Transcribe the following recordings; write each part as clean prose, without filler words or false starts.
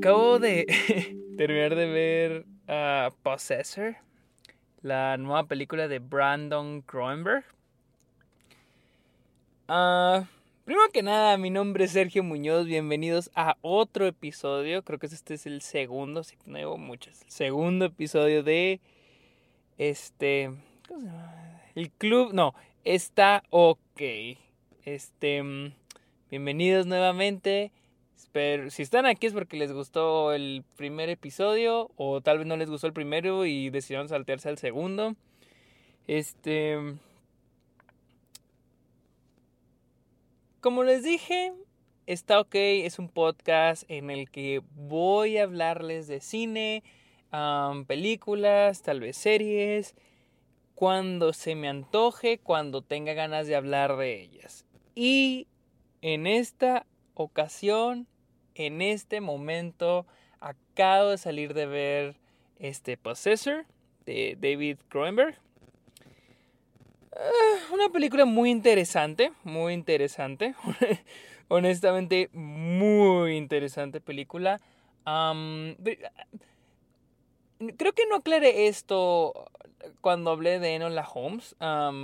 Acabo de terminar de ver Possessor, la nueva película de Brandon Cronenberg. Primero que nada, mi nombre es Sergio Muñoz. Bienvenidos a otro episodio. Creo que este es el segundo, sí, no llevo muchos. El segundo episodio de ¿cómo se llama? El club, no, está ok. Bienvenidos nuevamente. Espero, si están aquí es porque les gustó el primer episodio o tal vez no les gustó el primero y decidieron saltearse al segundo. Como les dije, está ok, es un podcast en el que voy a hablarles de cine, películas, tal vez series, cuando se me antoje, cuando tenga ganas de hablar de ellas. Y en esta ocasión, en este momento, acabo de salir de ver Possessor de David Cronenberg. Una película muy interesante, muy interesante. Honestamente, muy interesante película. Creo que no aclaré esto cuando hablé de Enola Holmes.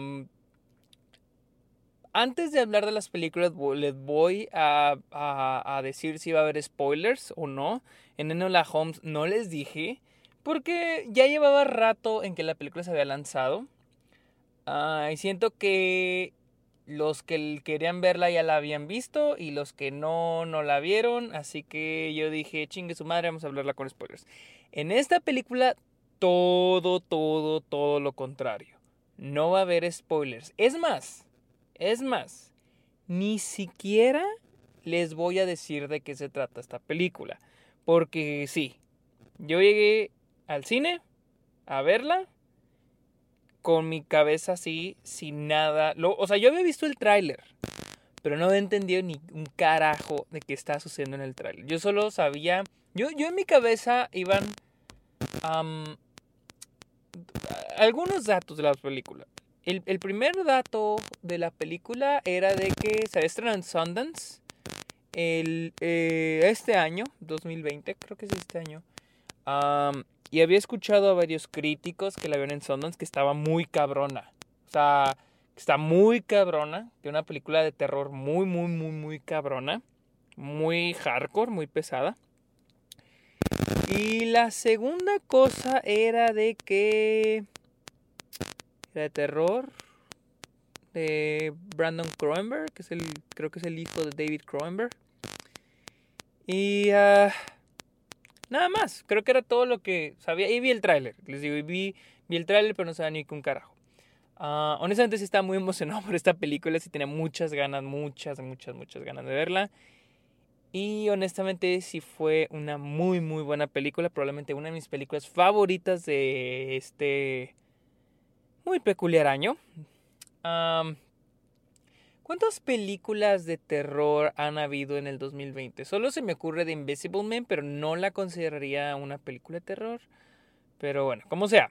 Antes de hablar de las películas, les voy a decir si va a haber spoilers o no. En Enola Holmes no les dije, porque ya llevaba rato en que la película se había lanzado. Y siento que los que querían verla ya la habían visto y los que no la vieron. Así que yo dije, chingue su madre, vamos a hablarla con spoilers. En esta película, todo lo contrario. No va a haber spoilers. Es más, ni siquiera les voy a decir de qué se trata esta película. Porque sí, yo llegué al cine a verla con mi cabeza así, sin nada. O sea, yo había visto el tráiler, pero no había entendido ni un carajo de qué estaba sucediendo en el tráiler. Yo solo sabía... Yo en mi cabeza iban algunos datos de la película. El primer dato de la película era de que se estrenó en Sundance este año, 2020, creo que es este año. Y había escuchado a varios críticos que la vieron en Sundance que estaba muy cabrona. O sea, que está muy cabrona. Que una película de terror muy cabrona. Muy hardcore, muy pesada. Y la segunda cosa era de que... Era de terror. De Brandon Cronenberg, que creo que es el hijo de David Cronenberg. Y... nada más, creo que era todo lo que sabía. Y vi el tráiler, les digo, vi el tráiler, pero no sabía ni con carajo. Honestamente sí estaba muy emocionado por esta película, sí tenía muchas ganas de verla. Y honestamente sí fue una muy buena película, probablemente una de mis películas favoritas de este muy peculiar año. ¿Cuántas películas de terror han habido en el 2020? Solo se me ocurre The Invisible Man, pero no la consideraría una película de terror. Pero bueno, como sea.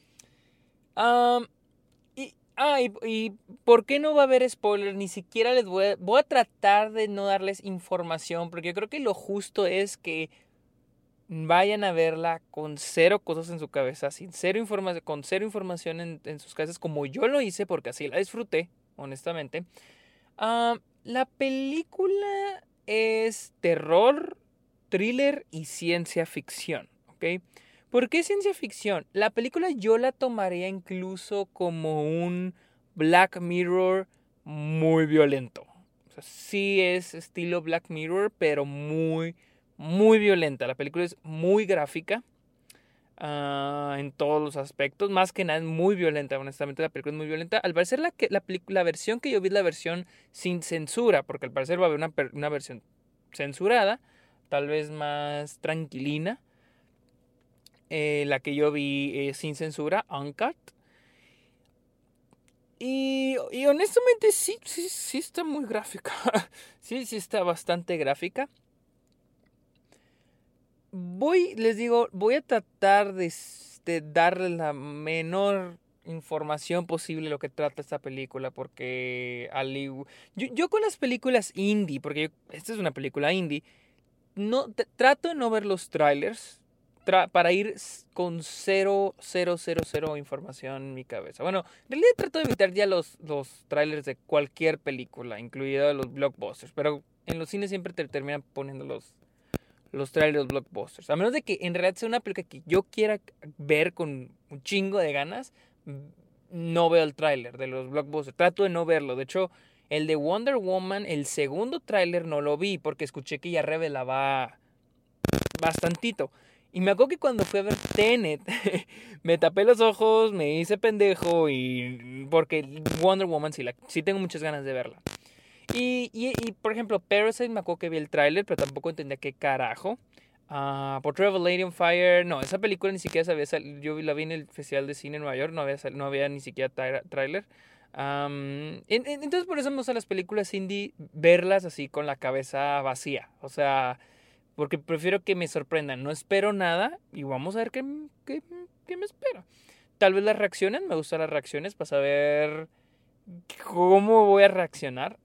Y ¿por qué no va a haber spoilers? Ni siquiera voy a tratar de no darles información, porque yo creo que lo justo es que vayan a verla con cero cosas en su cabeza, con cero información en sus cabezas, como yo lo hice, porque así la disfruté, honestamente. La película es terror, thriller y ciencia ficción, ¿ok? ¿Por qué ciencia ficción? La película yo la tomaría incluso como un Black Mirror muy violento. O sea, sí es estilo Black Mirror, pero muy violenta. La película es muy gráfica. En todos los aspectos, más que nada es muy violenta, honestamente la película es muy violenta. Al parecer la versión que yo vi es la versión sin censura, porque al parecer va a haber una versión censurada, tal vez más tranquilina. La que yo vi sin censura, uncut. Y honestamente sí está muy gráfica. sí está bastante gráfica. Les digo, voy a tratar de darle la menor información posible de lo que trata esta película, porque yo con las películas indie, porque esta es una película indie, no, trato de no ver los trailers para ir con cero información en mi cabeza. Bueno, en realidad trato de evitar ya los trailers de cualquier película, incluidos los blockbusters, pero en los cines siempre te terminan poniendo los trailers blockbusters. A menos de que en realidad sea una película que yo quiera ver con un chingo de ganas, no veo el trailer de los blockbusters. Trato de no verlo. De hecho, el de Wonder Woman, el segundo tráiler no lo vi porque escuché que ya revelaba bastantito. Y me acuerdo que cuando fui a ver Tenet, me tapé los ojos, me hice pendejo y porque Wonder Woman sí tengo muchas ganas de verla. Y por ejemplo, Parasite me acuerdo que vi el tráiler, pero tampoco entendía qué carajo. Portrait of a Lady on Fire, no, esa película ni siquiera sabía salir. Yo la vi en el Festival de Cine en Nueva York, no había ni siquiera tráiler. Entonces por eso me gustan las películas indie, verlas así con la cabeza vacía. O sea, porque prefiero que me sorprendan. No espero nada y vamos a ver qué me espera. Tal vez las reacciones, me gustan las reacciones para saber cómo voy a reaccionar.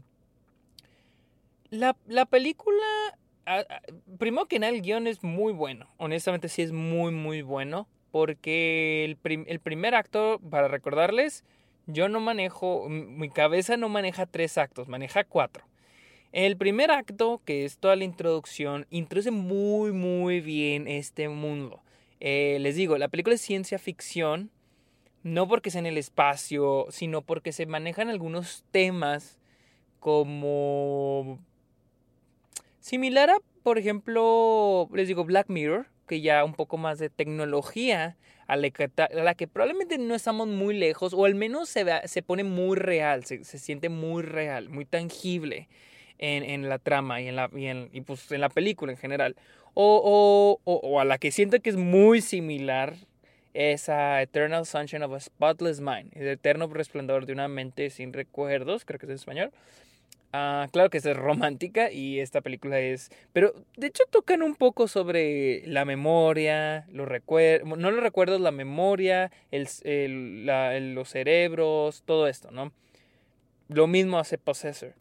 La película, primero que nada, el guión es muy bueno. Honestamente sí es muy, muy bueno. Porque el primer acto, para recordarles, yo no manejo, mi cabeza no maneja 3 actos, maneja 4. El primer acto, que es toda la introducción, introduce muy, muy bien este mundo. Les digo, la película es ciencia ficción, no porque sea en el espacio, sino porque se manejan algunos temas como similar a, por ejemplo, les digo, Black Mirror, que ya un poco más de tecnología, a la que probablemente no estamos muy lejos, o al menos se pone muy real, se siente muy real, muy tangible en la trama y pues en la película en general. O a la que siento que es muy similar es a Eternal Sunshine of a Spotless Mind, el eterno resplandor de una mente sin recuerdos, creo que es en español. Claro que es romántica y esta película es... Pero de hecho tocan un poco sobre la memoria, los recuerdos, no los recuerdos, la memoria, los cerebros, todo esto, ¿no? Lo mismo hace Possessor.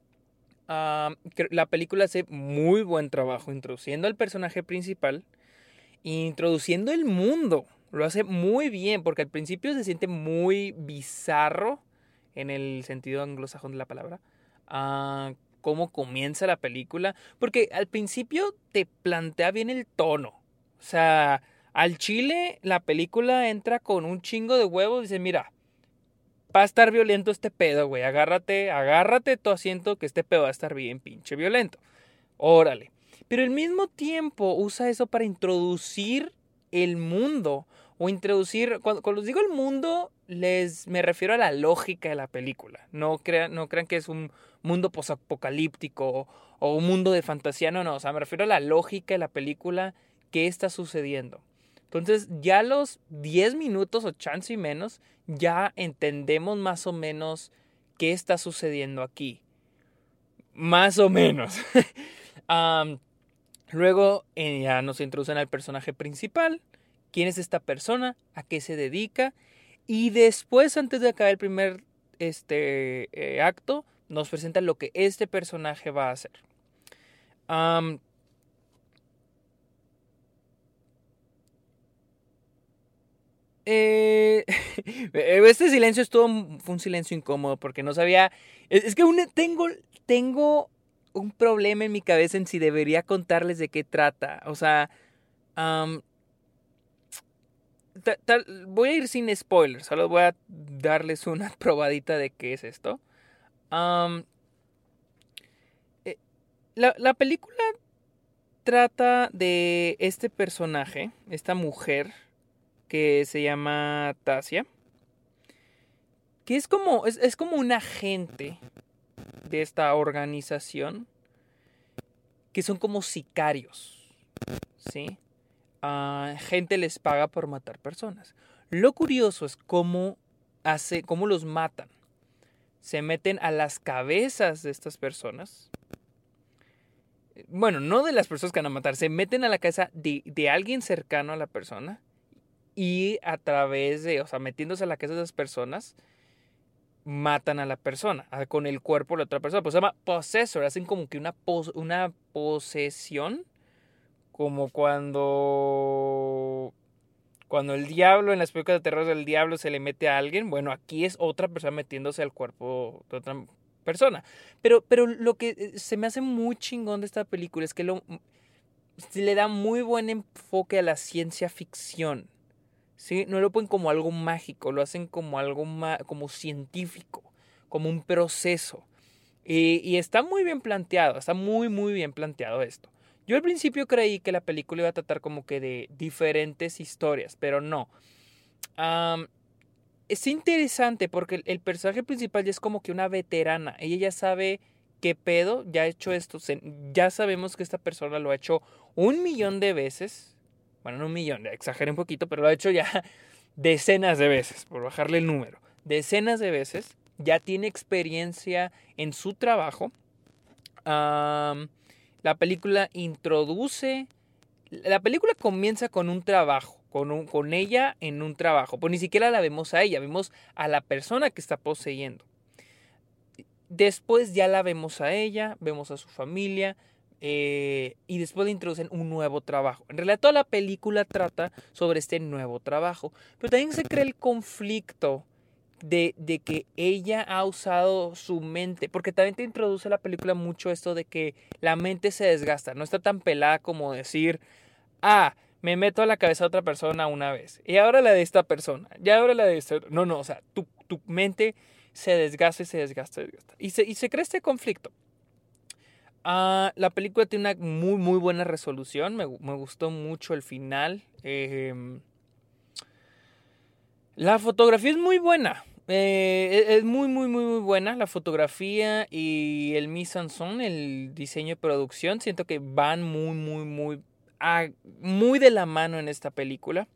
La película hace muy buen trabajo introduciendo al personaje principal, introduciendo el mundo. Lo hace muy bien porque al principio se siente muy bizarro en el sentido anglosajón de la palabra. Cómo comienza la película, porque al principio te plantea bien el tono. O sea, al chile la película entra con un chingo de huevos y dice, mira, va a estar violento este pedo, güey, agárrate tu asiento que este pedo va a estar bien pinche violento. Órale. Pero al mismo tiempo usa eso para introducir el mundo. O introducir, cuando les digo el mundo, me refiero a la lógica de la película. No crean que es un mundo posapocalíptico o un mundo de fantasía. No. O sea, me refiero a la lógica de la película. ¿Qué está sucediendo? Entonces, ya a los 10 minutos o chance y menos, ya entendemos más o menos qué está sucediendo aquí. Más o menos. Luego ya nos introducen al personaje principal. ¿Quién es esta persona? ¿A qué se dedica? Y después, antes de acabar el primer acto, nos presentan lo que este personaje va a hacer. Este silencio fue un silencio incómodo porque no sabía. Es que tengo un problema en mi cabeza en si debería contarles de qué trata. O sea, voy a ir sin spoilers, solo voy a darles una probadita de qué es esto. La película trata de este personaje, esta mujer que se llama Tasia, que es como un agente de esta organización, que son como sicarios, ¿sí? Gente les paga por matar personas. Lo curioso es cómo los matan. Se meten a las cabezas de estas personas. Bueno, no de las personas que van a matar, se meten a la cabeza de alguien cercano a la persona y a través de, o sea, metiéndose a la cabeza de esas personas, matan a la persona, con el cuerpo de la otra persona. Pues se llama possessor, hacen como que una posesión, como cuando el diablo, en las películas de terror del diablo se le mete a alguien. Bueno, aquí es otra persona metiéndose al cuerpo de otra persona. Pero lo que se me hace muy chingón de esta película es que le da muy buen enfoque a la ciencia ficción. ¿Sí? No lo ponen como algo mágico, lo hacen como algo como científico, como un proceso. Y está muy bien planteado, está muy, muy bien planteado esto. Yo al principio creí que la película iba a tratar como que de diferentes historias, pero no. Es interesante porque el personaje principal ya es como que una veterana. Ella ya sabe qué pedo, ya ha hecho esto. Ya sabemos que esta persona lo ha hecho 1,000,000 de veces. Bueno, no 1,000,000, exageré un poquito, pero lo ha hecho ya decenas de veces, por bajarle el número. Decenas de veces. Ya tiene experiencia en su trabajo. La película introduce. La película comienza con un trabajo, con ella en un trabajo. Pues ni siquiera la vemos a ella, vemos a la persona que está poseyendo. Después ya la vemos a ella, vemos a su familia, y después le introducen un nuevo trabajo. En realidad toda la película trata sobre este nuevo trabajo, pero también se crea el conflicto de que ella ha usado su mente, porque también te introduce la película mucho esto de que la mente se desgasta, no está tan pelada como decir, me meto a la cabeza de otra persona una vez, y ahora la de esta persona, y ahora la de esta. No, o sea, tu mente se desgasta y se desgasta, y se crea este conflicto. La película tiene una muy, muy buena resolución, me gustó mucho el final. La fotografía es muy buena. Es muy, muy, muy, muy buena la fotografía y el mise en scène, el diseño de producción. Siento que van muy, muy, muy, muy de la mano en esta película.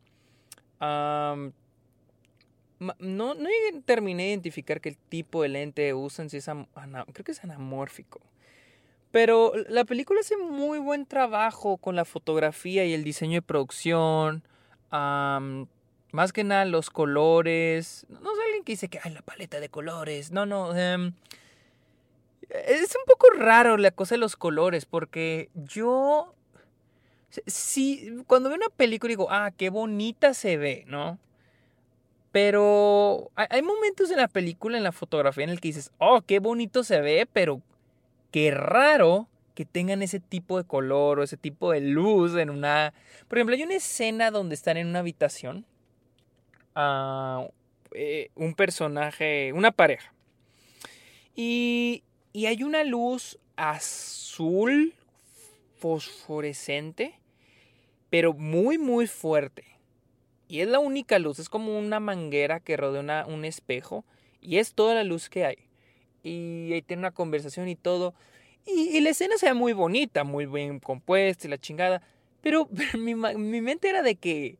No terminé de identificar que el tipo de lente usan, si es creo que es anamórfico. Pero la película hace muy buen trabajo con la fotografía y el diseño de producción. Más que nada los colores. No es alguien que dice que la paleta de colores. No. Es un poco raro la cosa de los colores. Porque yo. Sí, cuando veo una película digo, qué bonita se ve, ¿no? Pero hay momentos en la película, en la fotografía, en el que dices, qué bonito se ve, pero qué raro que tengan ese tipo de color o ese tipo de luz en una. Por ejemplo, hay una escena donde están en una habitación. Un personaje, una pareja. Y hay una luz azul fosforescente, pero muy, muy fuerte. Y es la única luz, es como una manguera que rodea un espejo. Y es toda la luz que hay. Y ahí tiene una conversación y todo. Y la escena se ve muy bonita, muy bien compuesta y la chingada. Pero mi mente era de que.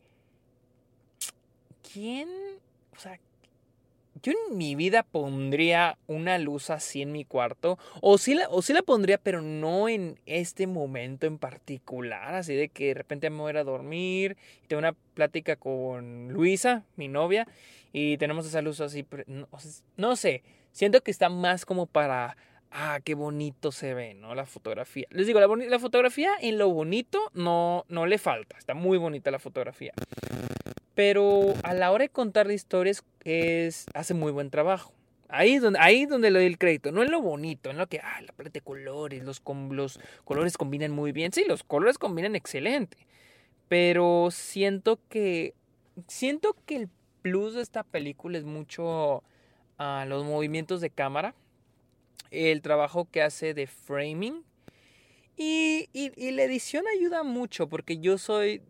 ¿Quién? O sea, yo en mi vida pondría una luz así en mi cuarto. O sí la pondría, pero no en este momento en particular. Así de que de repente me voy a ir a dormir. Y tengo una plática con Luisa, mi novia. Y tenemos esa luz así. No sé. Siento que está más como para. Qué bonito se ve, ¿no? La fotografía. Les digo, la fotografía en lo bonito no le falta. Está muy bonita la fotografía. Pero a la hora de contar la historias hace muy buen trabajo. Ahí es donde le doy el crédito. No en lo bonito, en lo que, la paleta de colores, los colores combinan muy bien. Sí, los colores combinan excelente. Pero siento que el plus de esta película es mucho los movimientos de cámara. El trabajo que hace de framing. Y la edición ayuda mucho porque yo soy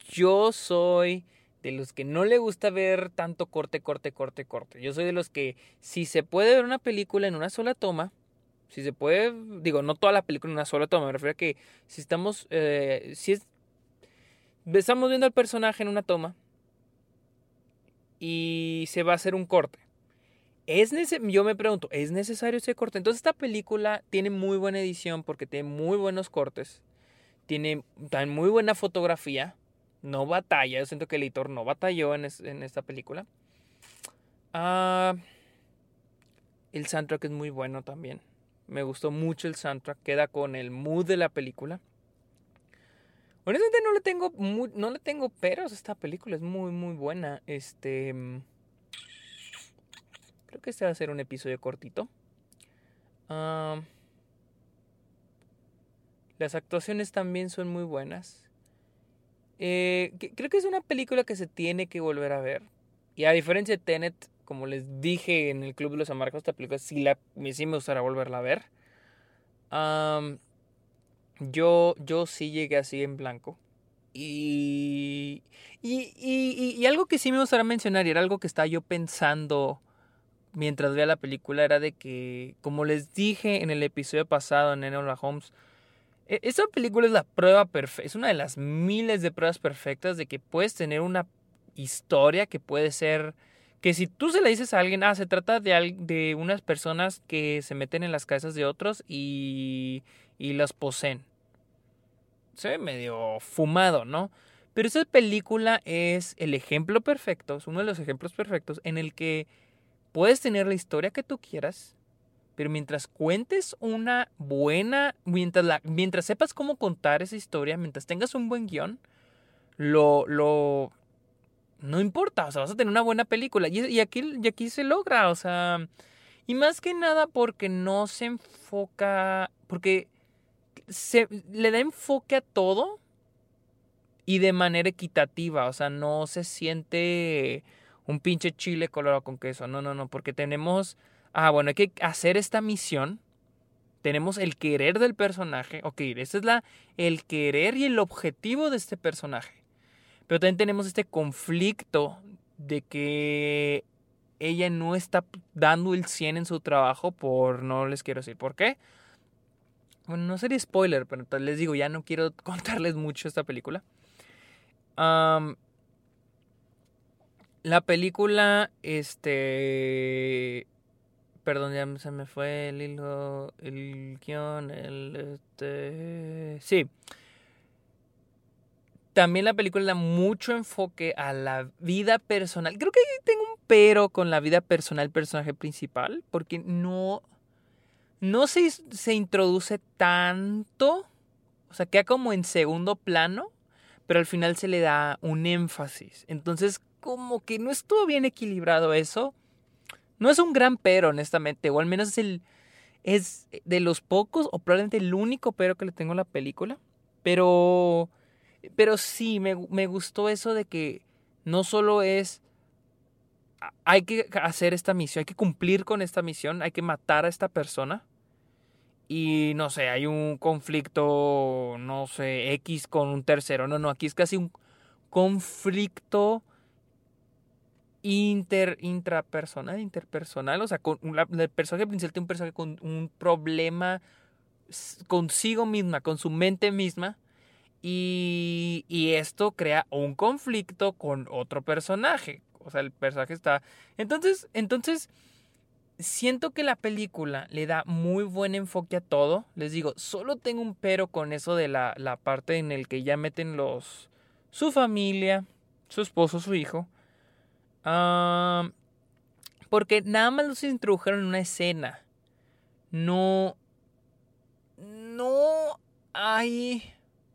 de los que no le gusta ver tanto corte. Yo soy de los que si se puede ver una película en una sola toma, si se puede, digo, no toda la película en una sola toma, me refiero a que si estamos viendo al personaje en una toma y se va a hacer un corte. Yo me pregunto, ¿es necesario ese corte? Entonces esta película tiene muy buena edición porque tiene muy buenos cortes. Tiene también muy buena fotografía. No batalla. Yo siento que el editor no batalló en esta película. El soundtrack es muy bueno también. Me gustó mucho el soundtrack. Queda con el mood de la película. Honestamente no le tengo peros a esta película. Es muy, muy buena. Creo que este va a ser un episodio cortito. Las actuaciones también son muy buenas. Creo que es una película que se tiene que volver a ver. Y a diferencia de Tenet, como les dije en el Club de los Amargos, esta película sí me gustaría volverla a ver. Yo sí llegué así en blanco. Y algo que sí me gustaría mencionar, y era algo que estaba yo pensando mientras veía la película, era de que, como les dije en el episodio pasado en Enola Holmes, esta película es la prueba perfecta, es una de las miles de pruebas perfectas de que puedes tener una historia que puede ser, que si tú se la dices a alguien, se trata de unas personas que se meten en las cabezas de otros y las poseen. Se ve medio fumado, ¿no? Pero esta película es el ejemplo perfecto, es uno de los ejemplos perfectos en el que puedes tener la historia que tú quieras, pero mientras cuentes una buena, mientras sepas cómo contar esa historia, mientras tengas un buen guión, no importa, o sea, vas a tener una buena película. Y aquí se logra, o sea, y más que nada porque no se enfoca, porque le da enfoque a todo y de manera equitativa, o sea, no se siente un pinche chile colorado con queso, no, porque tenemos, bueno, hay que hacer esta misión, tenemos el querer del personaje, ok, este es el querer y el objetivo de este personaje, pero también tenemos este conflicto de que ella no está dando el 100 en su trabajo no les quiero decir por qué. Bueno, no sería spoiler, pero les digo, ya no quiero contarles mucho esta película. La película, perdón, ya se me fue el hilo, el guión, sí. También la película da mucho enfoque a la vida personal. Creo que tengo un pero con la vida personal del personaje principal, porque no se introduce tanto, o sea, queda como en segundo plano, pero al final se le da un énfasis. Entonces, como que no estuvo bien equilibrado eso. No es un gran pero, honestamente, o al menos es de los pocos, o probablemente el único pero que le tengo a la película. Pero sí, me gustó eso de que no solo es, hay que hacer esta misión, hay que cumplir con esta misión, hay que matar a esta persona. Y no sé, hay un conflicto, no sé, X con un tercero. No, aquí es casi un conflicto interpersonal. O sea, el personaje principal tiene un personaje con un problema consigo misma, con su mente misma. Y esto crea un conflicto con otro personaje. O sea, el personaje está... Entonces siento que la película le da muy buen enfoque a todo. Les digo, solo tengo un pero con eso de la parte en el que ya meten su familia, su esposo, su hijo. Porque nada más los introdujeron en una escena. No hay...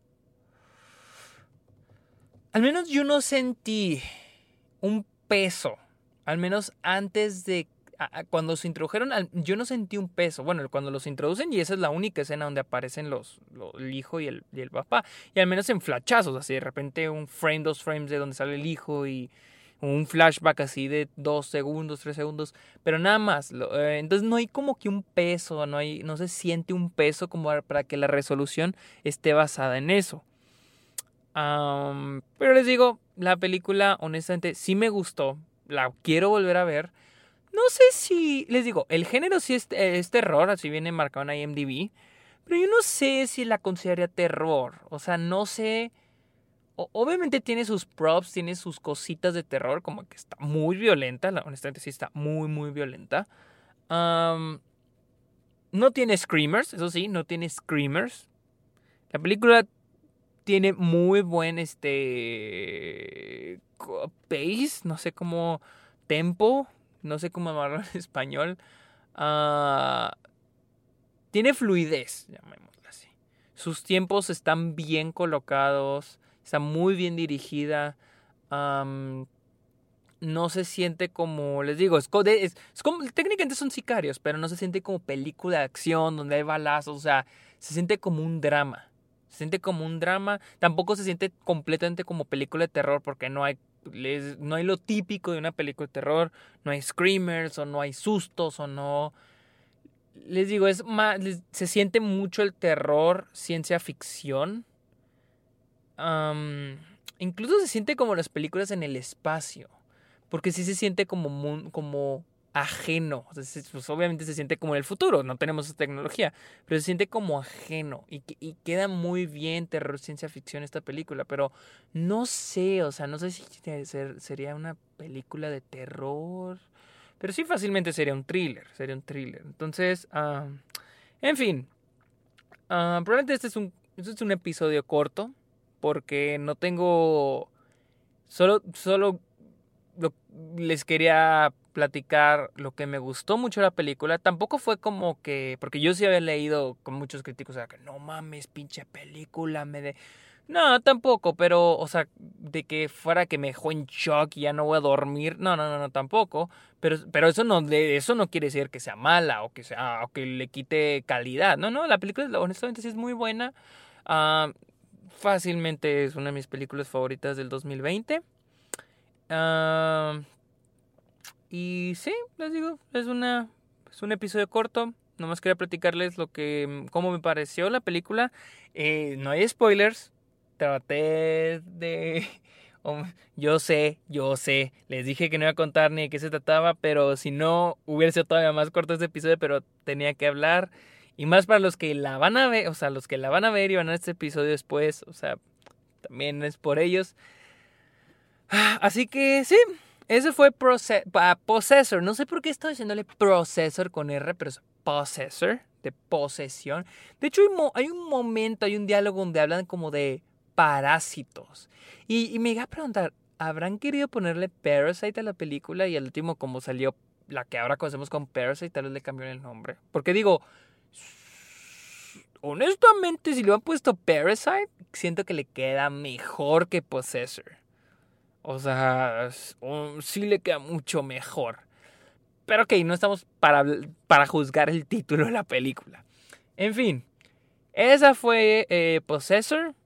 Al menos yo no sentí un peso. Al menos antes de... Cuando se introdujeron, yo no sentí un peso. Bueno, cuando los introducen, y esa es la única escena donde aparecen el hijo y el papá. Y al menos en flashazos, así de repente un frame, 2 frames de donde sale el hijo y un flashback así de 2 segundos, 3 segundos. Pero nada más. Entonces no hay como que un peso, no se siente un peso como para que la resolución esté basada en eso. Pero les digo, la película honestamente sí me gustó. La quiero volver a ver. No sé si, les digo, el género sí es terror, así viene marcado en IMDb. Pero yo no sé si la consideraría terror. O sea, no sé. Obviamente tiene sus props, tiene sus cositas de terror, como que está muy violenta. Honestamente sí está muy, muy violenta. No tiene screamers, eso sí, no tiene screamers. La película tiene muy buen pace, no sé cómo tempo, no sé cómo llamarlo en español. Tiene fluidez, llamémosla así. Sus tiempos están bien colocados, está muy bien dirigida. No se siente como, les digo, es como, técnicamente son sicarios, pero no se siente como película de acción donde hay balazos, o sea, se siente como un drama. Se siente como un drama, tampoco se siente completamente como película de terror porque no hay lo típico de una película de terror, no hay screamers o no hay sustos o no. Les digo, es más, se siente mucho el terror, ciencia ficción. Incluso se siente como las películas en el espacio. Porque sí se siente como ajeno. O sea, pues obviamente se siente como en el futuro. No tenemos esa tecnología. Pero se siente como ajeno. Y queda muy bien terror, ciencia ficción esta película. Pero no sé, o sea, no sé si sería una película de terror. Pero sí fácilmente sería un thriller. Entonces, en fin. Probablemente este es un episodio corto. Porque no tengo... Solo les quería platicar lo que me gustó mucho de la película. Tampoco fue como que... Porque yo sí había leído con muchos críticos, o sea, que no mames, pinche película, No, tampoco, pero, o sea, de que fuera que me dejó en shock y ya no voy a dormir. No, tampoco. Pero eso no quiere decir que sea mala o que le quite calidad. No, la película honestamente sí es muy buena. Ah, fácilmente es una de mis películas favoritas del 2020. Y sí, les digo, es un episodio corto. Nomás quería platicarles cómo me pareció la película. No hay spoilers. Traté de... Yo sé. Les dije que no iba a contar ni de qué se trataba, pero si no, hubiera sido todavía más corto este episodio, pero tenía que hablar. Y más para los que la van a ver, o sea, los que la van a ver y van a ver este episodio después, o sea, también es por ellos. Así que sí, ese fue Possessor. No sé por qué estoy diciéndole Processor con R, pero es Possessor, de posesión. De hecho, hay un momento, hay un diálogo donde hablan como de parásitos. Y me iba a preguntar, ¿habrán querido ponerle Parasite a la película? Y al último, como salió la que ahora conocemos con Parasite, tal vez le cambiaron el nombre. Porque digo, honestamente, si le han puesto Parasite, siento que le queda mejor que Possessor. O sea, sí le queda mucho mejor. Pero ok, no estamos para juzgar el título de la película. En fin, esa fue Possessor.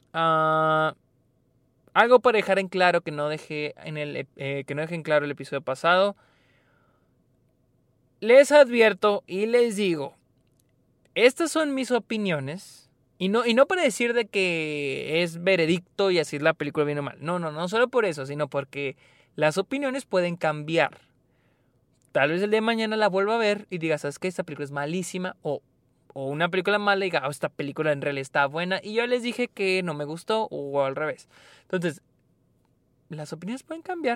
Algo para dejar en claro que no dejé en claro el episodio pasado. Les advierto y les digo, estas son mis opiniones. Y no para decir de que es veredicto y así es la película bien o mal. No solo por eso, sino porque las opiniones pueden cambiar. Tal vez el día de mañana la vuelva a ver y diga, ¿sabes qué? Esta película es malísima. O una película mala y diga, esta película en realidad está buena. Y yo les dije que no me gustó o al revés. Entonces, las opiniones pueden cambiar.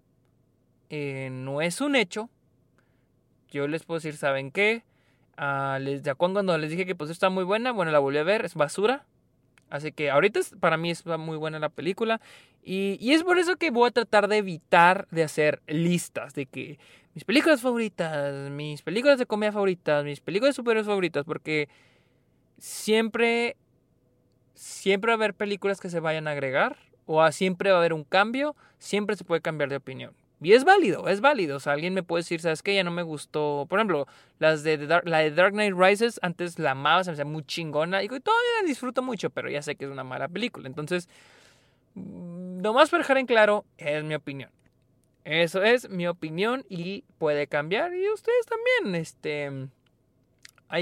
No es un hecho. Yo les puedo decir, ¿saben qué? Cuando les dije que pues está muy buena, bueno, la volví a ver, es basura. Así que ahorita para mí es muy buena la película. Y es por eso que voy a tratar de evitar de hacer listas de que mis películas favoritas, mis películas de comedia favoritas, mis películas de superhéroes favoritas. Porque siempre va a haber películas que se vayan a agregar. O siempre va a haber un cambio. Siempre se puede cambiar de opinión. Y es válido. O sea, alguien me puede decir, ¿sabes qué? Ya no me gustó. Por ejemplo, la de Dark Knight Rises, antes la amaba, se me hacía muy chingona. Y todavía la disfruto mucho, pero ya sé que es una mala película. Entonces, nomás para dejar en claro, es mi opinión. Eso es mi opinión y puede cambiar. Y ustedes también, hay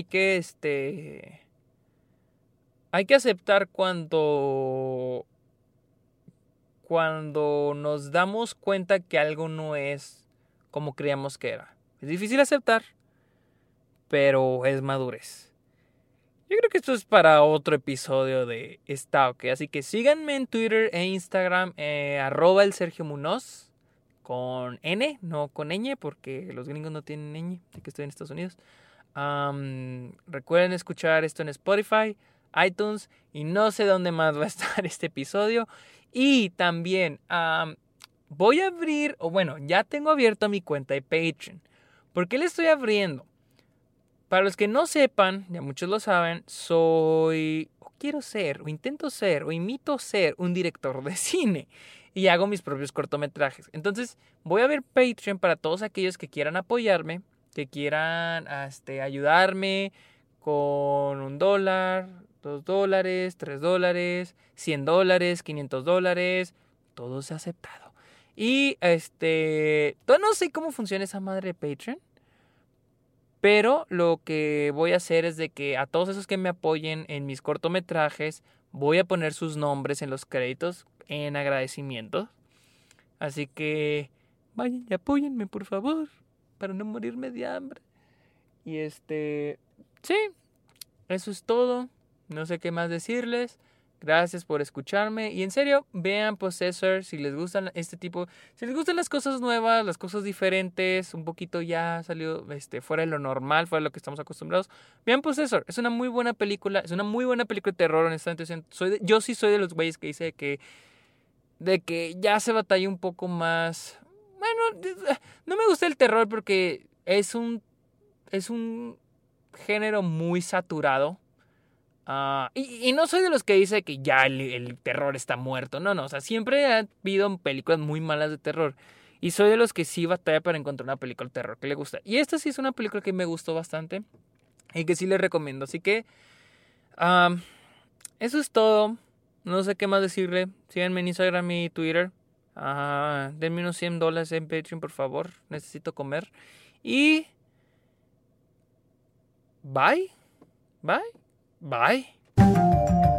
que aceptar cuando nos damos cuenta que algo no es como creíamos que era. Es difícil aceptar, pero es madurez. Yo creo que esto es para otro episodio de Stalker. Así que síganme en Twitter e Instagram, @el Sergio Munoz, con N, no con ñ, porque los gringos no tienen ñ, de que estoy en Estados Unidos. Recuerden escuchar esto en Spotify, iTunes y no sé dónde más va a estar este episodio. Y también voy a abrir, ya tengo abierto mi cuenta de Patreon. ¿Por qué le estoy abriendo? para los que no sepan, ya muchos lo saben, soy, o quiero ser, o intento ser, o imito ser un director de cine. Y hago mis propios cortometrajes. Entonces voy a ver Patreon para todos aquellos que quieran apoyarme, que quieran ayudarme con $1, $2, $3, $100, $500, todo se ha aceptado. Y no sé cómo funciona esa madre de Patreon, pero lo que voy a hacer es de que a todos esos que me apoyen en mis cortometrajes, voy a poner sus nombres en los créditos en agradecimiento. Así que vayan y apóyenme, por favor, para no morirme de hambre. Y sí, eso es todo. No sé qué más decirles. Gracias por escucharme. Y en serio, vean Possessor si les gustan este tipo. Si les gustan las cosas nuevas, las cosas diferentes, un poquito ya salió fuera de lo normal, fuera de lo que estamos acostumbrados. Vean Possessor. Es una muy buena película. Es una muy buena película de terror, honestamente. Yo sí soy de los güeyes que dice de que ya se batalla un poco más. Bueno, no me gusta el terror porque es un género muy saturado. Y no soy de los que dice que ya el terror está muerto. No, o sea, siempre ha habido películas muy malas de terror. Y soy de los que sí batalla para encontrar una película de terror que le gusta. Y esta sí es una película que me gustó bastante y que sí les recomiendo. Así que eso es todo. No sé qué más decirle. Síganme en Instagram y Twitter. Denme unos $100 en Patreon, por favor. Necesito comer. Y bye.